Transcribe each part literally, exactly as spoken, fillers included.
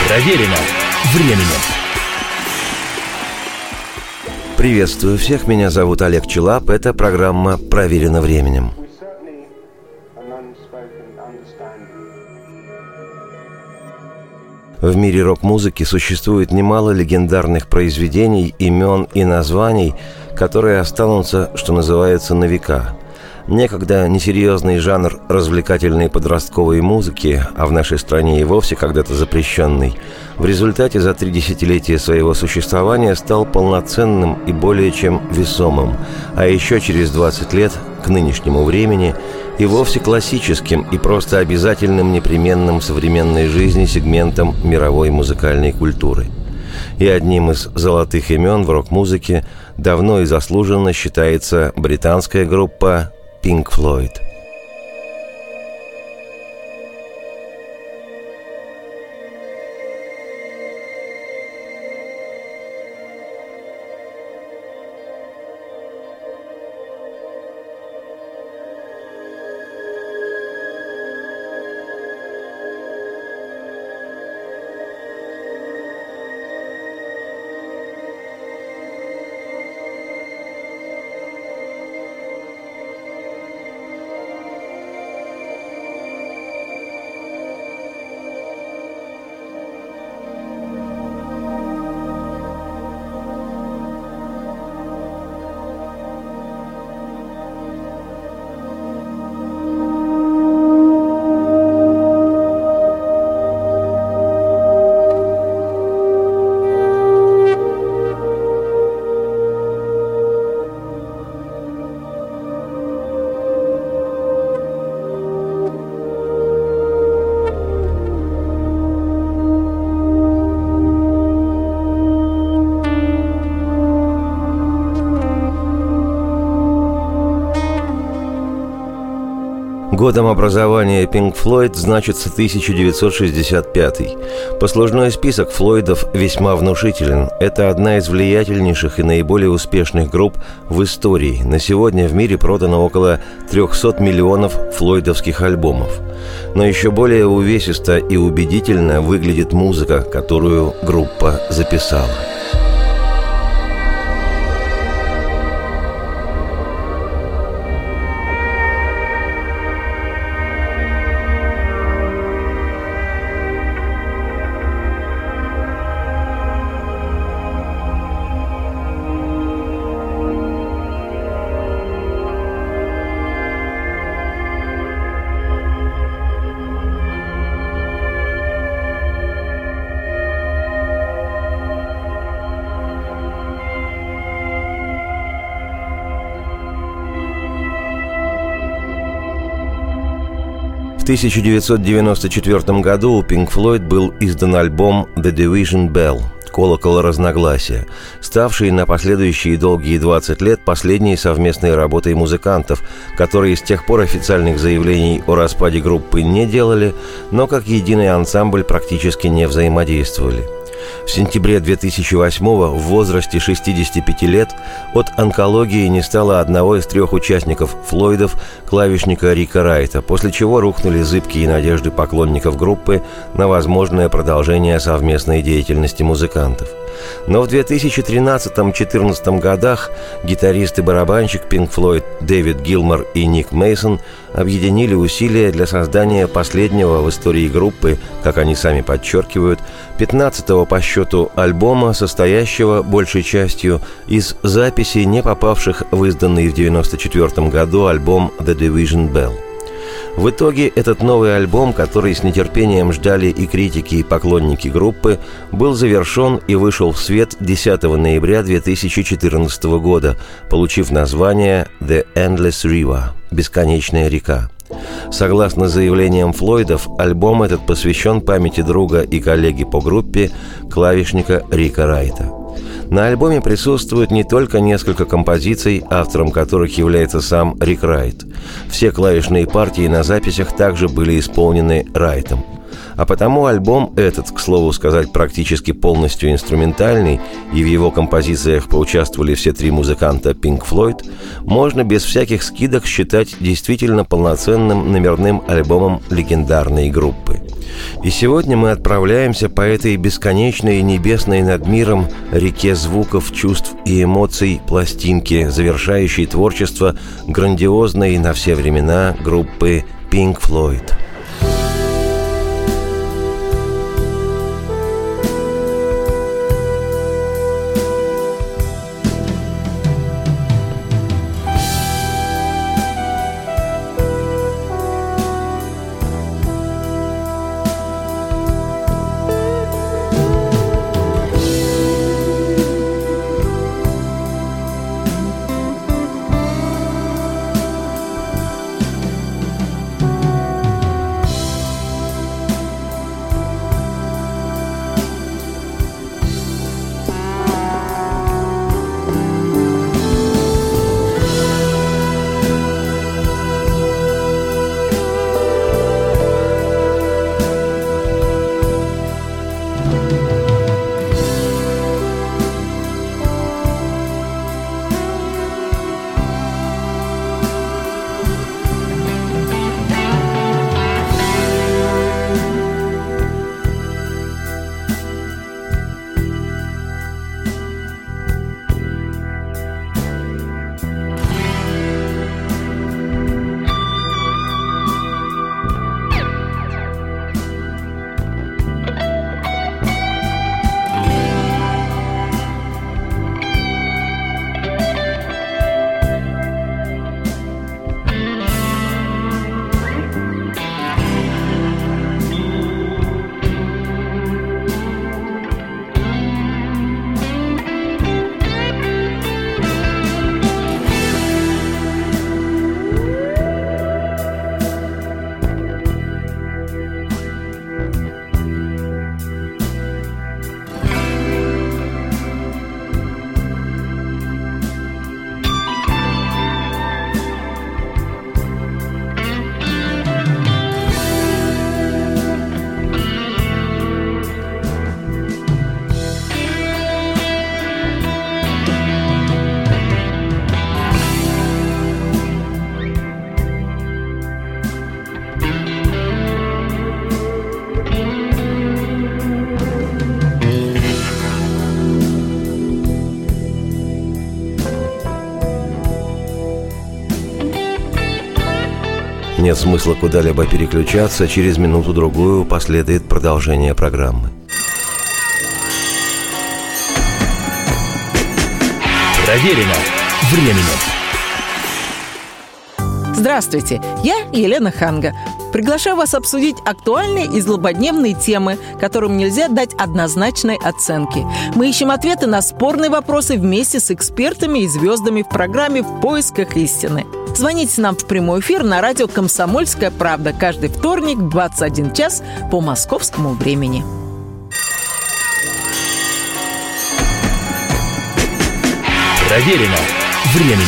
Проверено временем. Приветствую всех, меня зовут Олег Челап. Это программа «Проверено временем». В мире рок-музыки существует немало легендарных произведений, имен и названий, которые останутся, что называется, на века. Некогда несерьезный жанр развлекательной подростковой музыки, а в нашей стране и вовсе когда-то запрещенный, в результате за три десятилетия своего существования стал полноценным и более чем весомым, а еще через двадцать лет, к нынешнему времени, и вовсе классическим и просто обязательным непременным в современной жизни сегментом мировой музыкальной культуры. И одним из золотых имен в рок-музыке давно и заслуженно считается британская группа Pink Floyd. Годом образования Pink Floyd значится тысяча девятьсот шестьдесят пятый. Послужной список Флойдов весьма внушителен. Это одна из влиятельнейших и наиболее успешных групп в истории. На сегодня в мире продано около триста миллионов флойдовских альбомов. Но еще более увесисто и убедительно выглядит музыка, которую группа записала. В тысяча девятьсот девяносто четвёртом году у Pink Floyd был издан альбом «The Division Bell» – «Колокол разногласия», ставший на последующие долгие двадцать лет последней совместной работой музыкантов, которые с тех пор официальных заявлений о распаде группы не делали, но как единый ансамбль практически не взаимодействовали. В сентябре две тысячи восьмого в возрасте шестидесяти пяти лет от онкологии не стало одного из трех участников Флойдов, клавишника Рика Райта, после чего рухнули зыбкие надежды поклонников группы на возможное продолжение совместной деятельности музыкантов. Но в две тысячи тринадцатом — две тысячи четырнадцатом годах гитарист и барабанщик Pink Floyd Дэвид Гилмор и Ник Мейсон объединили усилия для создания последнего в истории группы, как они сами подчеркивают, пятнадцатого по счету альбома, состоящего большей частью из записей, не попавших в изданный в девяносто четвёртом году альбом «The Division Bell». В итоге этот новый альбом, который с нетерпением ждали и критики, и поклонники группы, был завершен и вышел в свет десятого ноября две тысячи четырнадцатого года, получив название «The Endless River» – «Бесконечная река». Согласно заявлениям Флойдов, альбом этот посвящен памяти друга и коллеги по группе, клавишника Рика Райта. На альбоме присутствует не только несколько композиций, автором которых является сам Рик Райт. Все клавишные партии на записях также были исполнены Райтом. А потому альбом этот, к слову сказать, практически полностью инструментальный, и в его композициях поучаствовали все три музыканта Pink Floyd, можно без всяких скидок считать действительно полноценным номерным альбомом легендарной группы. И сегодня мы отправляемся по этой бесконечной небесной над миром реке звуков, чувств и эмоций пластинки, завершающей творчество грандиозной на все времена группы Pink Floyd. Нет смысла куда-либо переключаться, через минуту-другую последует продолжение программы. Проверено временем. Здравствуйте, я Елена Ханга. Приглашаю вас обсудить актуальные и злободневные темы, которым нельзя дать однозначной оценки. Мы ищем ответы на спорные вопросы вместе с экспертами и звездами в программе «В поисках истины». Звоните нам в прямой эфир на радио «Комсомольская правда» каждый вторник в двадцать один час по московскому времени. Проверено временем.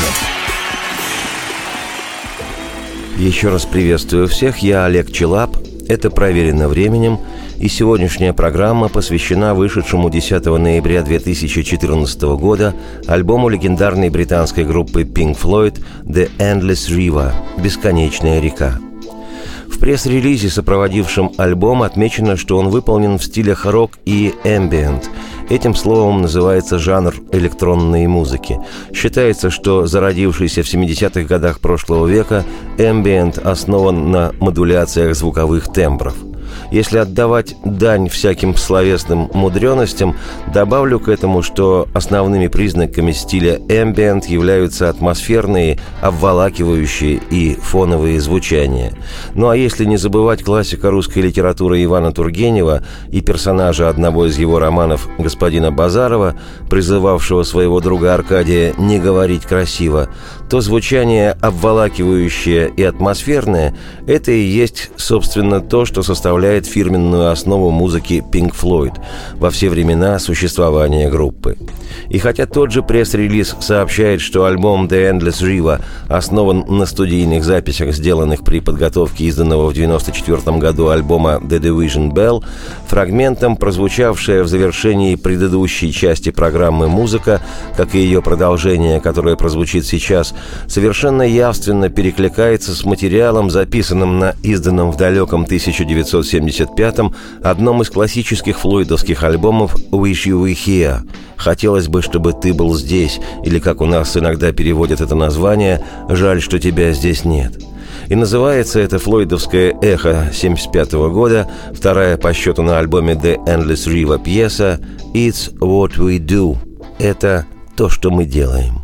Еще раз приветствую всех, я Олег Челап, это «Проверено временем», и сегодняшняя программа посвящена вышедшему десятого ноября две тысячи четырнадцатого года альбому легендарной британской группы Pink Floyd «The Endless River» – «Бесконечная река». В пресс-релизе, сопроводившем альбом, отмечено, что он выполнен в стилях рок и ambient. Этим словом называется жанр электронной музыки. Считается, что зародившийся в семидесятых годах прошлого века ambient основан на модуляциях звуковых тембров. Если отдавать дань всяким словесным мудрёностям, добавлю к этому, что основными признаками стиля ambient являются атмосферные, обволакивающие и фоновые звучания. Ну а если не забывать классика русской литературы Ивана Тургенева и персонажа одного из его романов господина Базарова, призывавшего своего друга Аркадия не говорить красиво, то звучание обволакивающее и атмосферное – это и есть, собственно, то, что составляет фирменную основу музыки Pink Floyd во все времена существования группы. И хотя тот же пресс-релиз сообщает, что альбом The Endless River основан на студийных записях, сделанных при подготовке изданного в девяносто четвёртом году альбома The Division Bell, фрагментом, прозвучавшая в завершении предыдущей части программы музыка, как и ее продолжение, которое прозвучит сейчас, совершенно явственно перекликается с материалом, записанным на изданном в далеком тысяча девятьсот семьдесят пятом, одном из классических флойдовских альбомов «Wish You Were Here» «Хотелось бы, чтобы ты был здесь», или, как у нас иногда переводят это название, «Жаль, что тебя здесь нет». И называется это флойдовское эхо семьдесят пятого года, вторая по счету на альбоме The Endless River пьеса «It's What We Do». Это то, что мы делаем.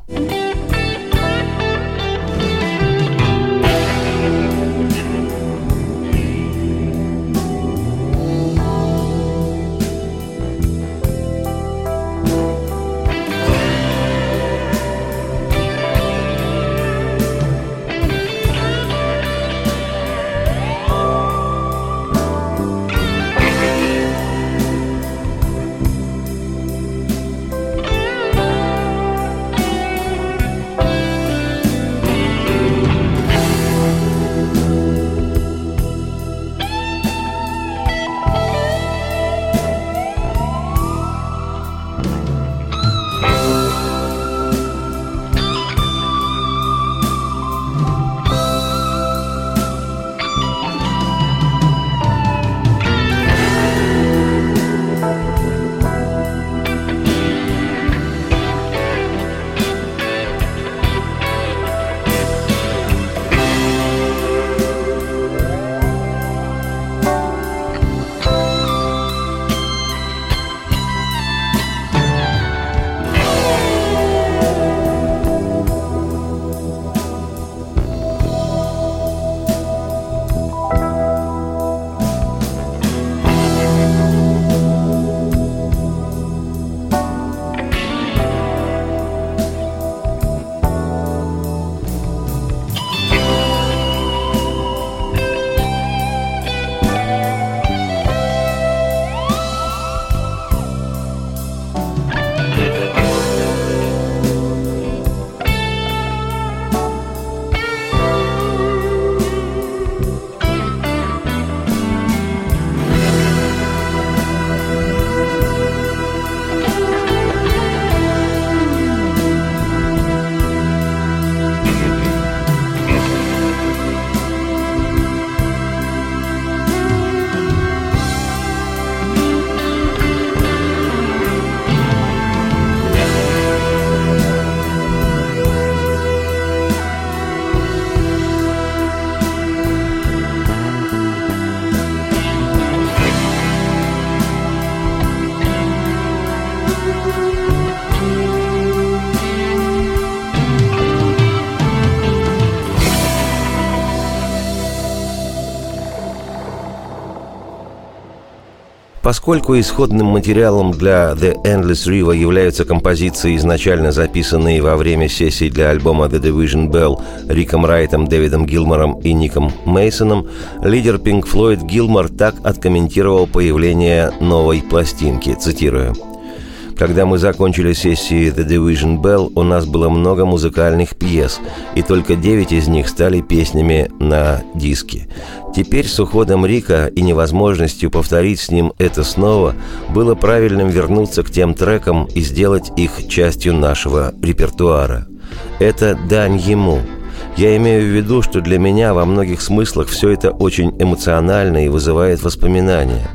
Поскольку исходным материалом для The Endless River являются композиции, изначально записанные во время сессий для альбома The Division Bell Риком Райтом, Дэвидом Гилмором и Ником Мейсоном, лидер Pink Floyd Гилмор так откомментировал появление новой пластинки, цитирую: «Когда мы закончили сессии The Division Bell, у нас было много музыкальных пьес, и только девять из них стали песнями на диске. Теперь с уходом Рика и невозможностью повторить с ним это снова, было правильным вернуться к тем трекам и сделать их частью нашего репертуара. Это дань ему. Я имею в виду, что для меня во многих смыслах все это очень эмоционально и вызывает воспоминания.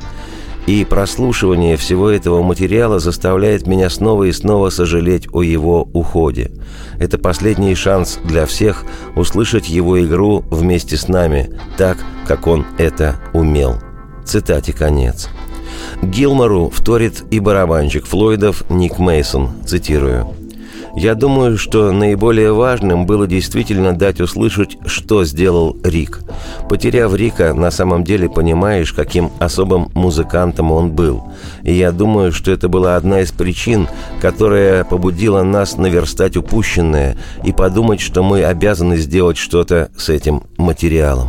И прослушивание всего этого материала заставляет меня снова и снова сожалеть о его уходе. Это последний шанс для всех услышать его игру вместе с нами, так, как он это умел». Цитате конец. Гилмору вторит и барабанщик Флойдов Ник Мейсон, цитирую: «Я думаю, что наиболее важным было действительно дать услышать, что сделал Рик. Потеряв Рика, на самом деле понимаешь, каким особым музыкантом он был. И я думаю, что это была одна из причин, которая побудила нас наверстать упущенное и подумать, что мы обязаны сделать что-то с этим материалом».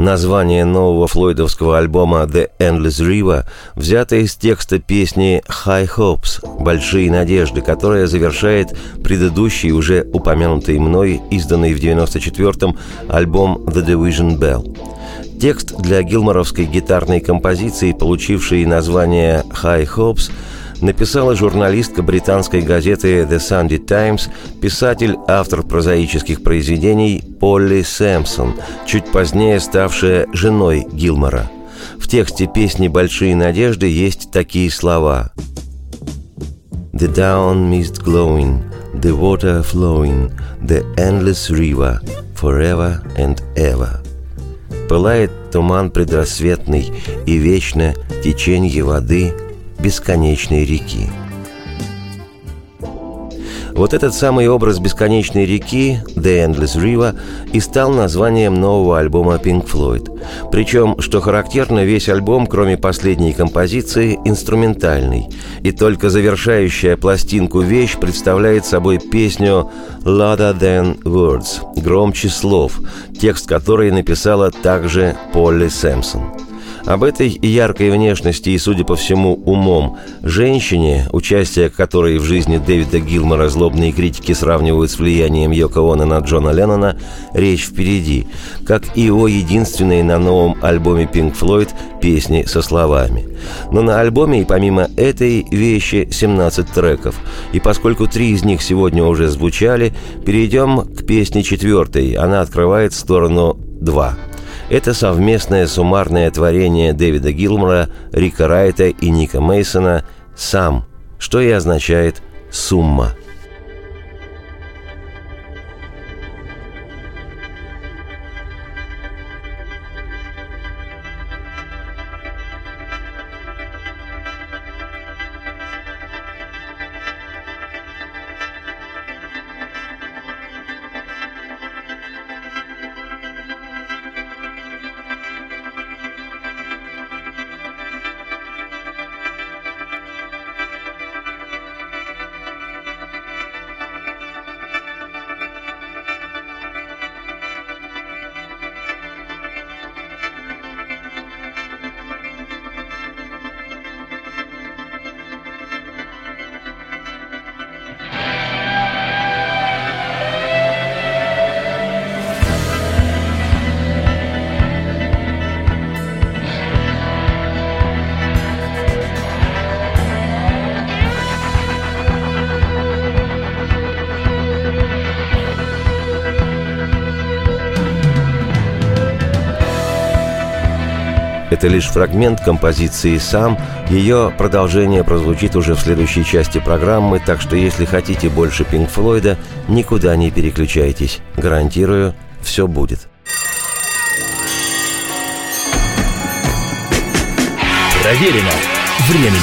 Название нового флойдовского альбома «The Endless River» взято из текста песни «High Hopes» «Большие надежды», которая завершает предыдущий, уже упомянутый мной, изданный в девяносто четвёртом альбом «The Division Bell». Текст для гилморовской гитарной композиции, получившей название «High Hopes», написала журналистка британской газеты The Sunday Times, писатель, автор прозаических произведений Полли Сэмпсон, чуть позднее ставшая женой Гилмора. В тексте песни «Большие надежды» есть такие слова: «The dawn mist glowing, the water flowing, the endless river, forever and ever». Пылает туман предрассветный, и вечно теченье воды бесконечной реки. Вот этот самый образ бесконечной реки, The Endless River, и стал названием нового альбома Pink Floyd. Причем, что характерно, весь альбом, кроме последней композиции, инструментальный. И только завершающая пластинку вещь представляет собой песню «Louder Than Words» — «Громче слов», текст которой написала также Полли Сэмпсон. Об этой яркой внешности и, судя по всему, умом женщине, участие которой в жизни Дэвида Гилмора злобные критики сравнивают с влиянием Йоко Оно на Джона Леннона, речь впереди, как и о единственной на новом альбоме Pink Floyd песни со словами. Но на альбоме и помимо этой вещи семнадцать треков, и поскольку три из них сегодня уже звучали, перейдем к песне четвертой, она открывает сторону два. Это совместное суммарное творение Дэвида Гилмора, Рика Райта и Ника Мейсона «Сам», что и означает «сумма». Это лишь фрагмент композиции «Сам». Ее продолжение прозвучит уже в следующей части программы, так что если хотите больше Пинк Флойда, никуда не переключайтесь. Гарантирую, все будет. Проверено временем.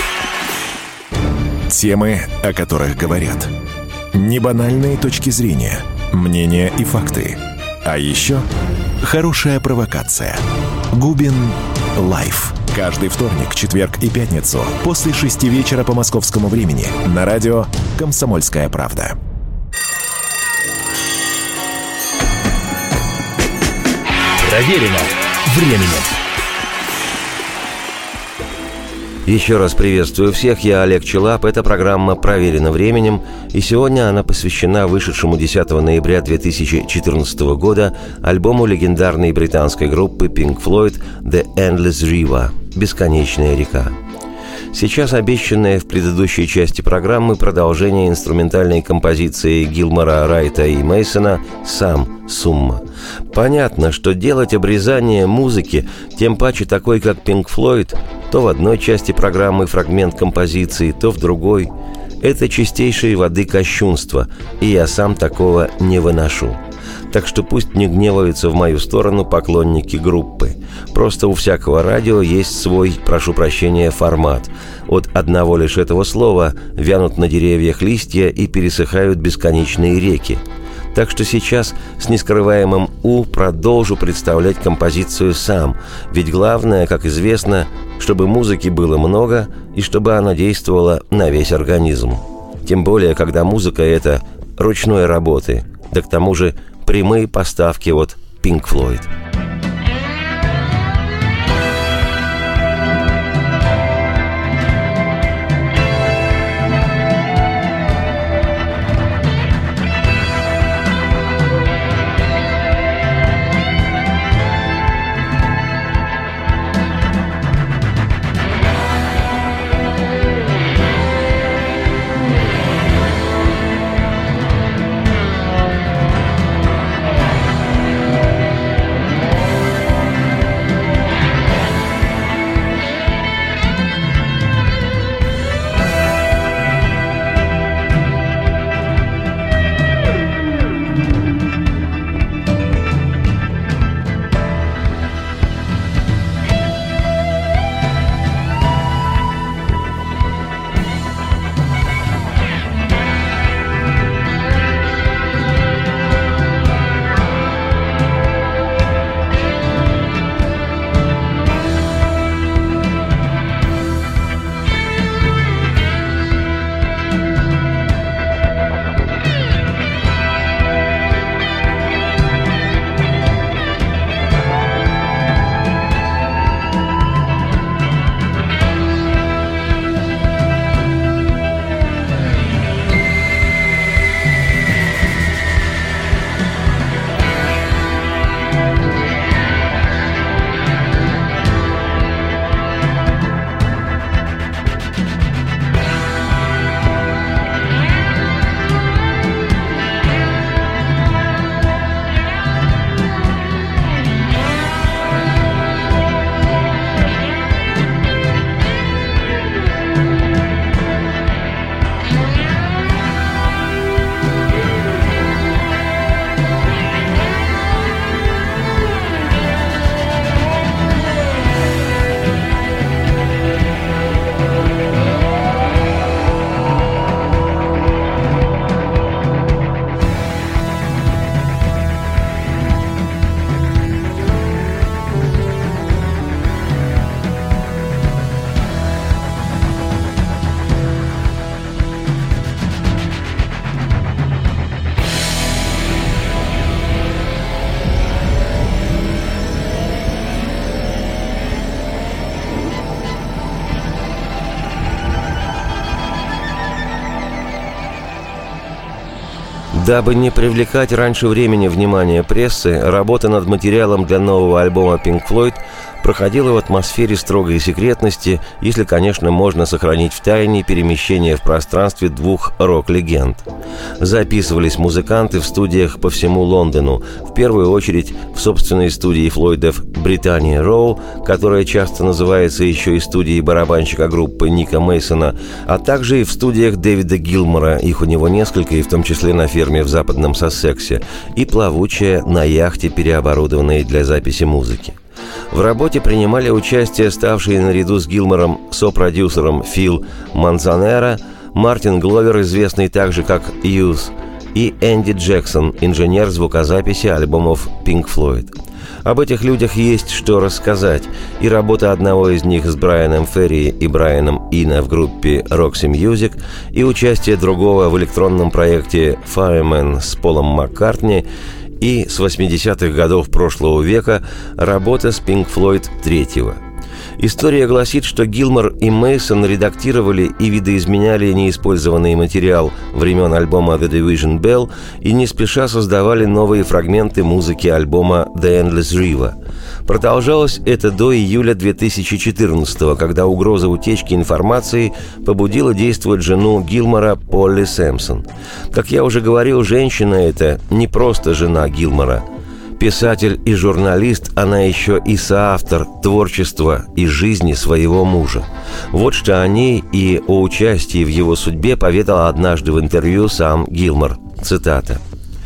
Темы, о которых говорят. Небанальные точки зрения, мнения и факты. А еще хорошая провокация. Губин Лайф. Каждый вторник, четверг и пятницу после шести вечера по московскому времени на радио «Комсомольская правда». Проверено временем. Еще раз приветствую всех, я Олег Челап, это программа «Проверено временем», и сегодня она посвящена вышедшему десятого ноября две тысячи четырнадцатого года альбому легендарной британской группы Pink Floyd «The Endless River» — «Бесконечная река». Сейчас обещанное в предыдущей части программы продолжение инструментальной композиции Гилмора, Райта и Мейсона «Сам. Сумма». Понятно, что делать обрезание музыки, тем паче такой, как Pink Floyd, то в одной части программы фрагмент композиции, то в другой — это чистейшей воды кощунство, и я сам такого не выношу. Так что пусть не гневаются в мою сторону поклонники группы. Просто у всякого радио есть свой, прошу прощения, формат. От одного лишь этого слова вянут на деревьях листья и пересыхают бесконечные реки. Так что сейчас с нескрываемым «у» продолжу представлять композицию сам. Ведь главное, как известно, чтобы музыки было много и чтобы она действовала на весь организм. Тем более, когда музыка эта ручной работы, да к тому же прямые поставки от Pink Floyd. Дабы не привлекать раньше времени внимание прессы, работа над материалом для нового альбома Pink Floyd проходила в атмосфере строгой секретности, если, конечно, можно сохранить в тайне перемещение в пространстве двух рок-легенд. Записывались музыканты в студиях по всему Лондону, в первую очередь в собственной студии Флойдов Британия Роу, которая часто называется еще и студией барабанщика группы Ника Мейсона, а также и в студиях Дэвида Гилмора, их у него несколько, и в том числе на ферме в западном Сассексе, и плавучая на яхте, переоборудованной для записи музыки. В работе принимали участие ставшие наряду с Гилмором сопродюсером Фил Манзанера, Мартин Гловер, известный также как Юз, и Энди Джексон, инженер звукозаписи альбомов Pink Floyd. Об этих людях есть что рассказать, и работа одного из них с Брайаном Ферри и Брайаном Ино в группе Roxy Music, и участие другого в электронном проекте Fireman с Полом Маккартни, и с восьмидесятых годов прошлого века работа с Pink Floyd третьего. История гласит, что Гилмор и Мейсон редактировали и видоизменяли неиспользованный материал времен альбома The Division Bell и не спеша создавали новые фрагменты музыки альбома The Endless River. Продолжалось это до июля две тысячи четырнадцатого, когда угроза утечки информации побудила действовать жену Гилмора Полли Сэмпсон. Как я уже говорил, женщина эта не просто жена Гилмора. Писатель и журналист, она еще и соавтор творчества и жизни своего мужа. Вот что о ней и о участии в его судьбе поведал однажды в интервью сам Гилмор. Цитата.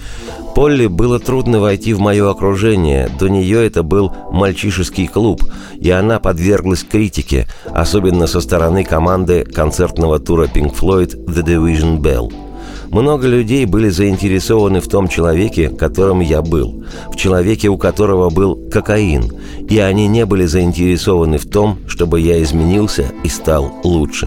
«Полли было трудно войти в мое окружение, до нее это был мальчишеский клуб, и она подверглась критике, особенно со стороны команды концертного тура Pink Floyd The Division Bell. Много людей были заинтересованы в том человеке, которым я был, в человеке, у которого был кокаин, и они не были заинтересованы в том, чтобы я изменился и стал лучше.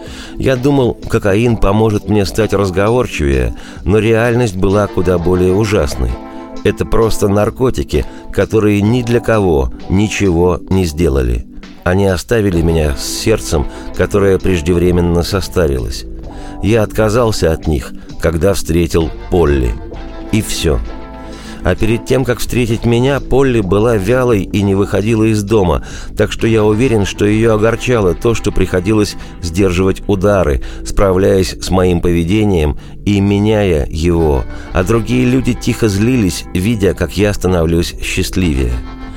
Я думал, кокаин поможет мне стать разговорчивее, но реальность была куда более ужасной. Это просто наркотики, которые ни для кого ничего не сделали. Они оставили меня с сердцем, которое преждевременно состарилось. Я отказался от них, когда встретил Полли. И все. А перед тем, как встретить меня, Полли была вялой и не выходила из дома, так что я уверен, что ее огорчало то, что приходилось сдерживать удары, справляясь с моим поведением и меняя его, а другие люди тихо злились, видя, как я становлюсь счастливее.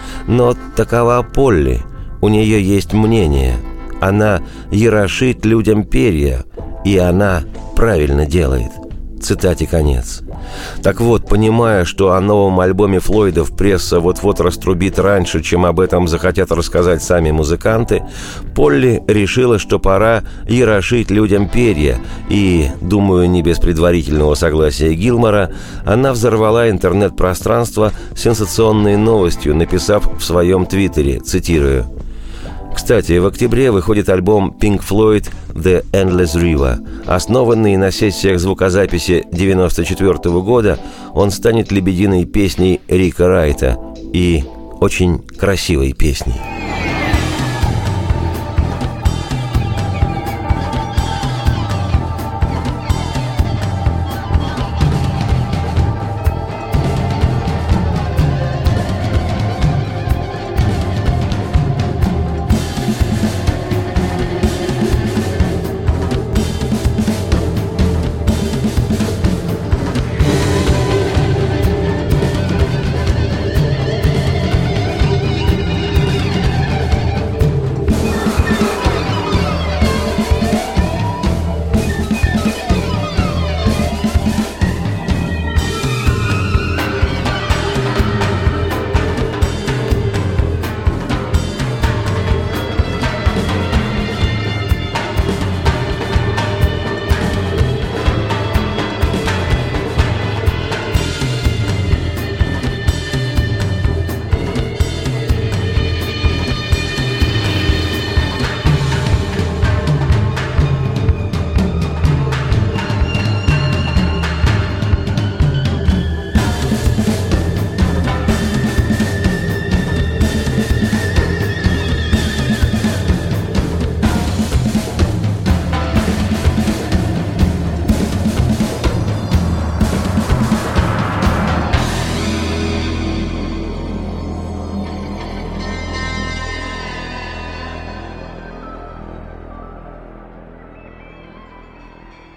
Но такова Полли. У нее есть мнение. Она ерошит людям перья, и она правильно делает». Цитате конец. Так вот, понимая, что о новом альбоме Флойдов пресса вот-вот раструбит раньше, чем об этом захотят рассказать сами музыканты, Полли решила, что пора ерошить людям перья, и, думаю, не без предварительного согласия Гилмора, она взорвала интернет-пространство сенсационной новостью, написав в своем твиттере, цитирую: «Кстати, в октябре выходит альбом Pink Floyd The Endless River. Основанный на сессиях звукозаписи девяносто четвёртого года, он станет лебединой песней Рика Райта и очень красивой песней».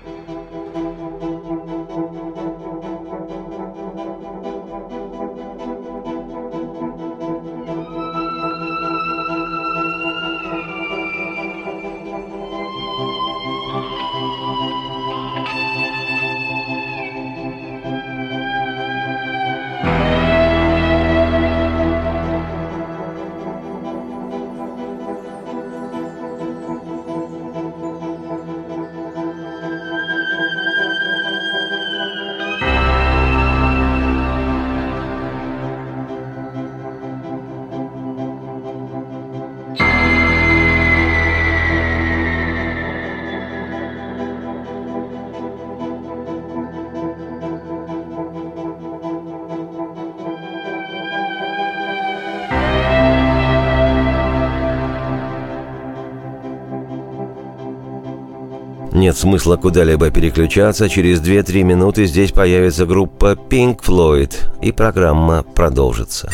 Нет смысла куда-либо переключаться. Через две-три минуты здесь появится группа Pink Floyd, и программа продолжится.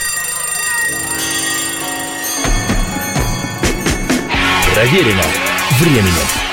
Проверено временем.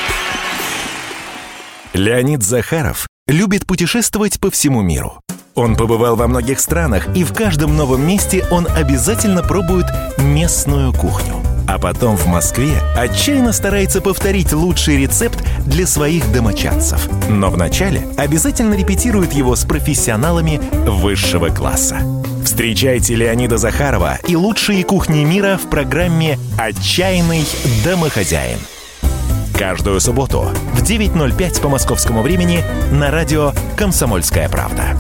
Леонид Захаров любит путешествовать по всему миру. Он побывал во многих странах, и в каждом новом месте он обязательно пробует местную кухню. А потом в Москве отчаянно старается повторить лучший рецепт для своих домочадцев. Но вначале обязательно репетирует его с профессионалами высшего класса. Встречайте Леонида Захарова и лучшие кухни мира в программе «Отчаянный домохозяин». Каждую субботу в девять ноль пять по московскому времени на радио «Комсомольская правда».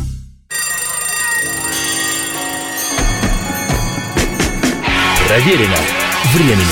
Проверено временем.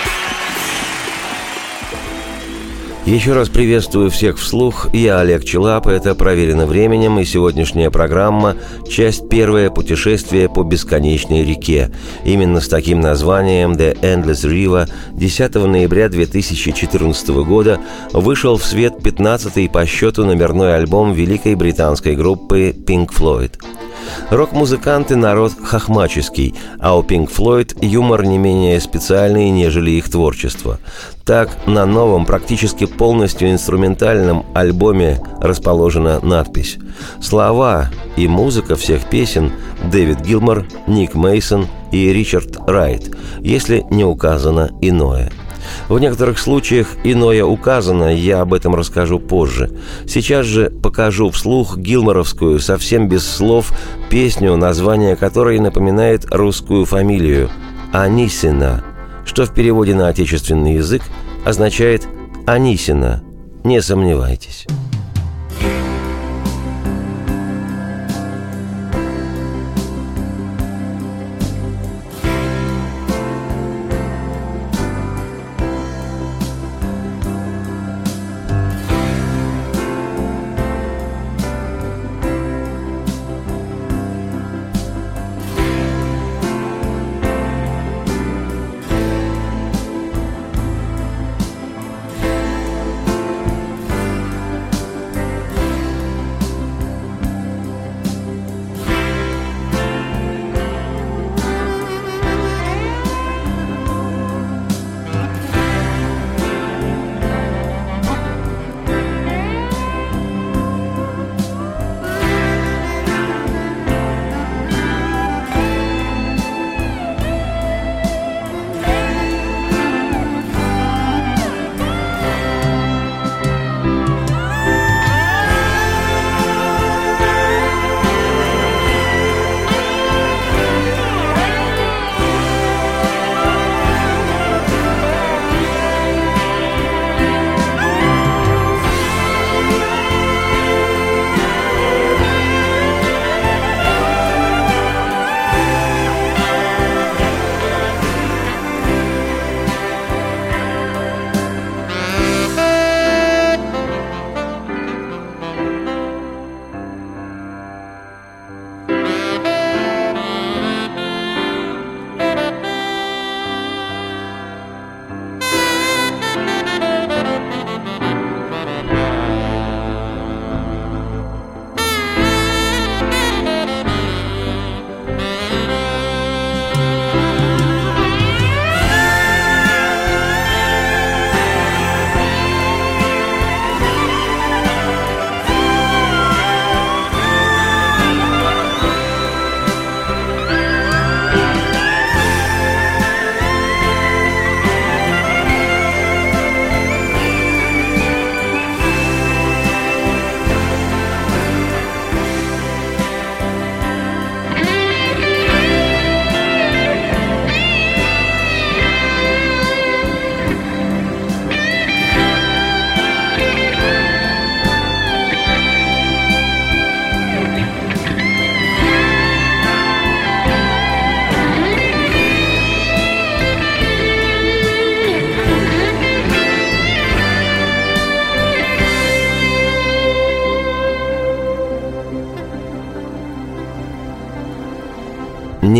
Еще раз приветствую всех вслух. Я Олег Челап, это «Проверено временем», и сегодняшняя программа – часть первая «Путешествие по бесконечной реке». Именно с таким названием «The Endless River» десятого ноября две тысячи четырнадцатого года вышел в свет пятнадцатый по счету номерной альбом великой британской группы Pink Floyd. Рок-музыканты – народ хохмаческий, а у Pink Floyd юмор не менее специальный, нежели их творчество. Так, на новом, практически полностью инструментальном альбоме расположена надпись. Слова и музыка всех песен Дэвид Гилмор, Ник Мейсон и Ричард Райт, если не указано иное. В некоторых случаях иное указано, я об этом расскажу позже. Сейчас же покажу вслух гилморовскую, совсем без слов, песню, название которой напоминает русскую фамилию – Анисина, что в переводе на отечественный язык означает «Анисина». Не сомневайтесь.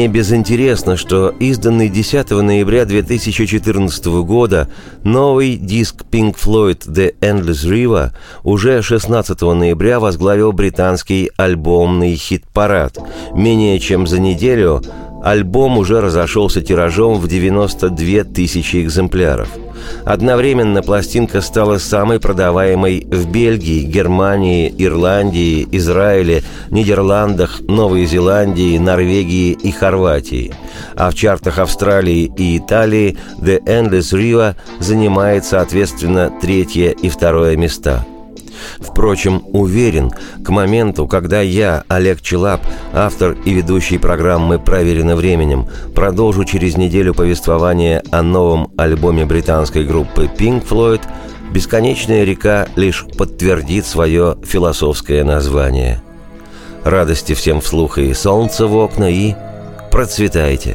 Не безинтересно, что изданный десятого ноября две тысячи четырнадцатого года новый диск Pink Floyd «The Endless River» уже шестнадцатого ноября возглавил британский альбомный хит-парад. Менее чем за неделю альбом уже разошелся тиражом в девяносто две тысячи экземпляров. Одновременно пластинка стала самой продаваемой в Бельгии, Германии, Ирландии, Израиле, Нидерландах, Новой Зеландии, Норвегии и Хорватии. А в чартах Австралии и Италии «The Endless River» занимает, соответственно, третье и второе места. Впрочем, уверен, к моменту, когда я, Олег Челап, автор и ведущий программы «Проверено временем», продолжу через неделю повествование о новом альбоме британской группы Pink Floyd, «Бесконечная река» лишь подтвердит свое философское название. Радости всем вслух и солнца в окна, и процветайте!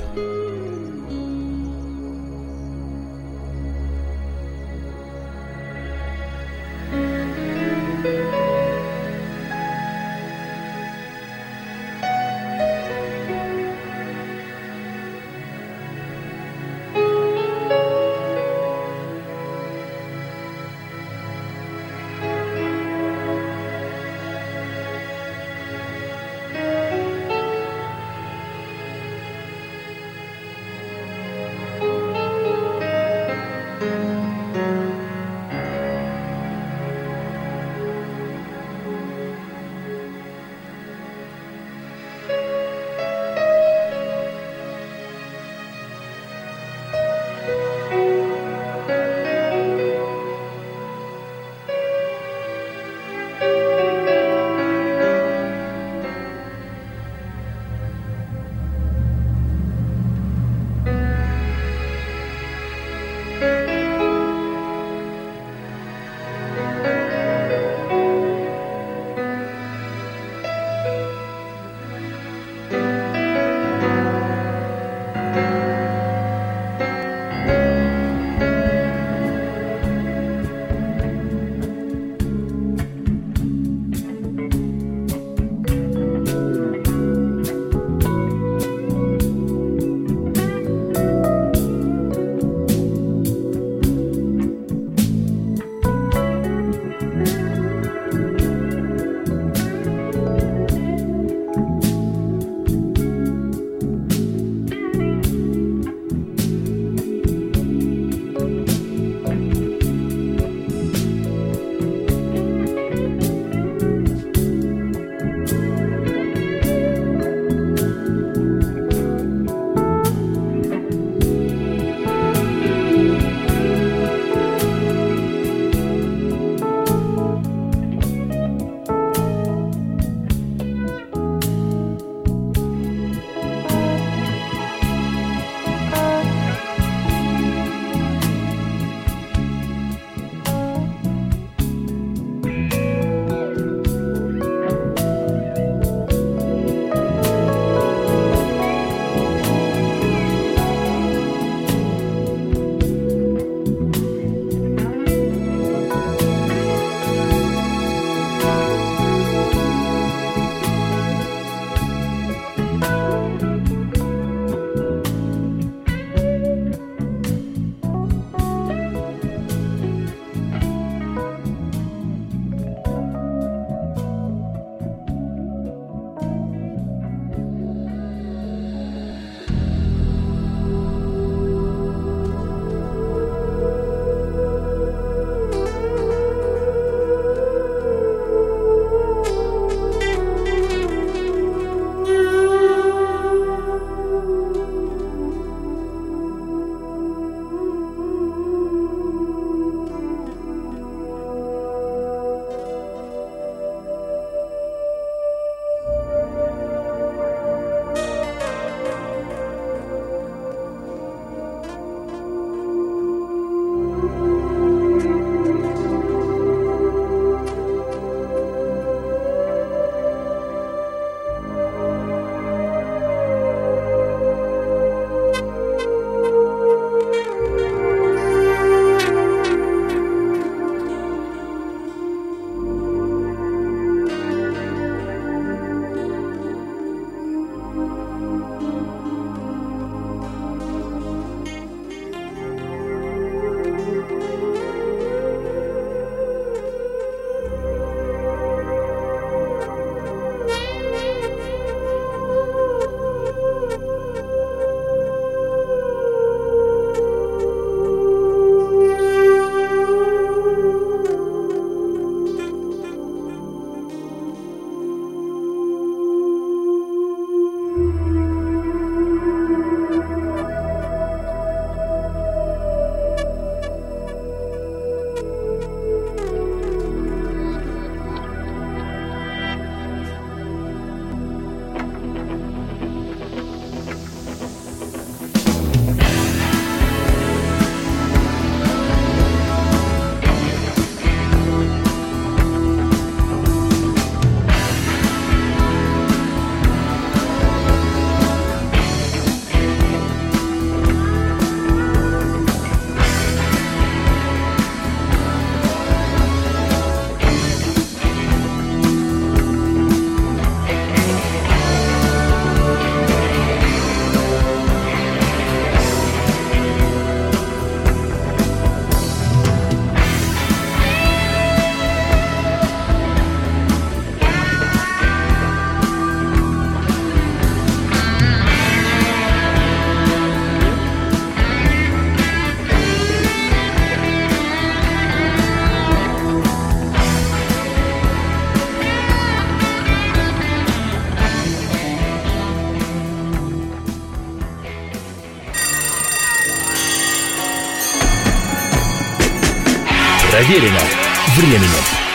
Проверено временем.